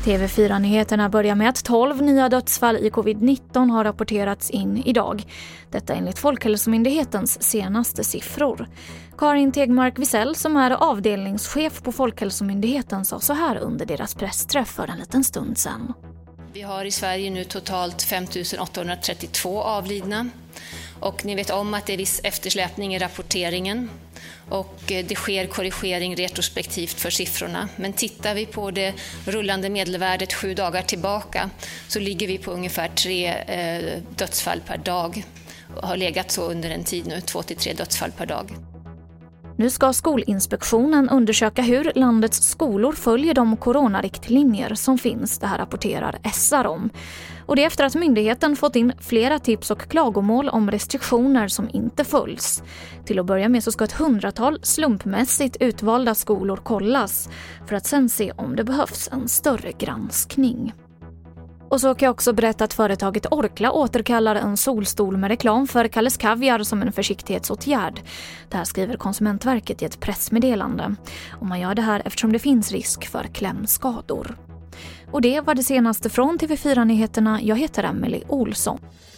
TV4-nyheterna börjar med att 12 nya dödsfall i covid-19 har rapporterats in idag. Detta enligt Folkhälsomyndighetens senaste siffror. Karin Tegmark Wisell, som är avdelningschef på Folkhälsomyndigheten, sa så här under deras pressträff för en liten stund sedan. Vi har i Sverige nu totalt 5 832 avlidna. Och ni vet om att det är viss eftersläpning i rapporteringen. Och det sker korrigering retrospektivt för siffrorna. Men tittar vi på det rullande medelvärdet 7 dagar tillbaka så ligger vi på ungefär 3 dödsfall per dag. Och har legat så under en tid nu, 2 till 3 dödsfall per dag. Nu ska Skolinspektionen undersöka hur landets skolor följer de coronariktlinjer som finns, det här rapporterar SR om. Och det efter att myndigheten fått in flera tips och klagomål om restriktioner som inte följs. Till att börja med så ska ett 100-tal slumpmässigt utvalda skolor kollas för att sen se om det behövs en större granskning. Och så kan jag också berätta att företaget Orkla återkallar en solstol med reklam för Kalles Kaviar som en försiktighetsåtgärd. Det här skriver Konsumentverket i ett pressmeddelande. Och man gör det här eftersom det finns risk för klämskador. Och det var det senaste från TV4-nyheterna. Jag heter Emelie Olsson.